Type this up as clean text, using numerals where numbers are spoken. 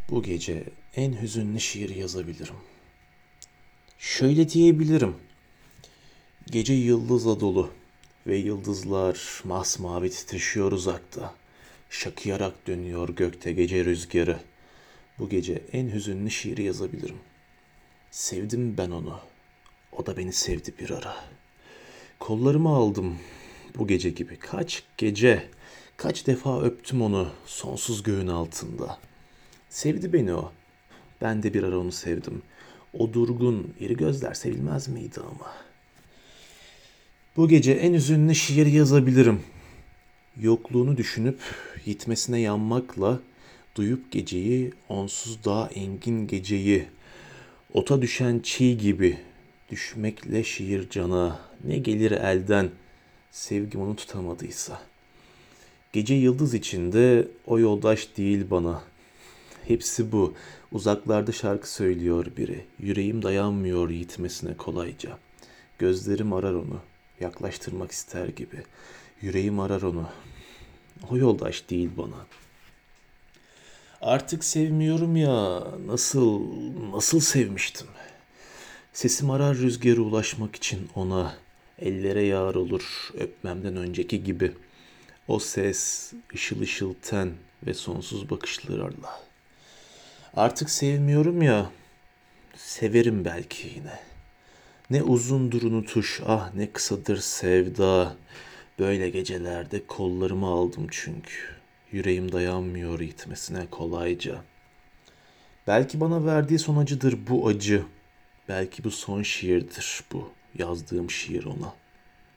Bu gece en hüzünlü şiir yazabilirim. Şöyle diyebilirim. Gece yıldızla dolu ve yıldızlar masmavi titreşiyor uzakta. Şakıyarak dönüyor gökte gece rüzgarı. Bu gece en hüzünlü şiiri yazabilirim. Sevdim ben onu. O da beni sevdi bir ara. Kollarıma aldım bu gece gibi. Kaç gece, kaç defa öptüm onu sonsuz göğün altında. Sevdi beni o. Ben de bir ara onu sevdim. O durgun, iri gözler sevilmez miydi ama? Bu gece en hüzünlü şiir yazabilirim. Yokluğunu düşünüp yitmesine yanmakla duyup geceyi, onsuz daha engin geceyi, ota düşen çiğ gibi düşmekle şiir cana ne gelir elden sevgim onu tutamadıysa. Gece yıldız içinde o yoldaş değil bana. Hepsi bu. Uzaklarda şarkı söylüyor biri. Yüreğim dayanmıyor yitmesine kolayca. Gözlerim arar onu. Yaklaştırmak ister gibi. Yüreğim arar onu. O yoldaş değil bana. Artık sevmiyorum ya. Nasıl sevmiştim. Sesim arar rüzgara ulaşmak için ona. Ellere yağar olur öpmemden önceki gibi. O ses ışıl ışıl ten ve sonsuz bakışlarla. Artık sevmiyorum ya, severim belki yine. Ne uzundur unutuş, ah ne kısadır sevda. Böyle gecelerde kollarımı aldım çünkü. Yüreğim dayanmıyor gitmesine kolayca. Belki bana verdiği son acıdır bu acı. Belki bu son şiirdir bu yazdığım şiir ona.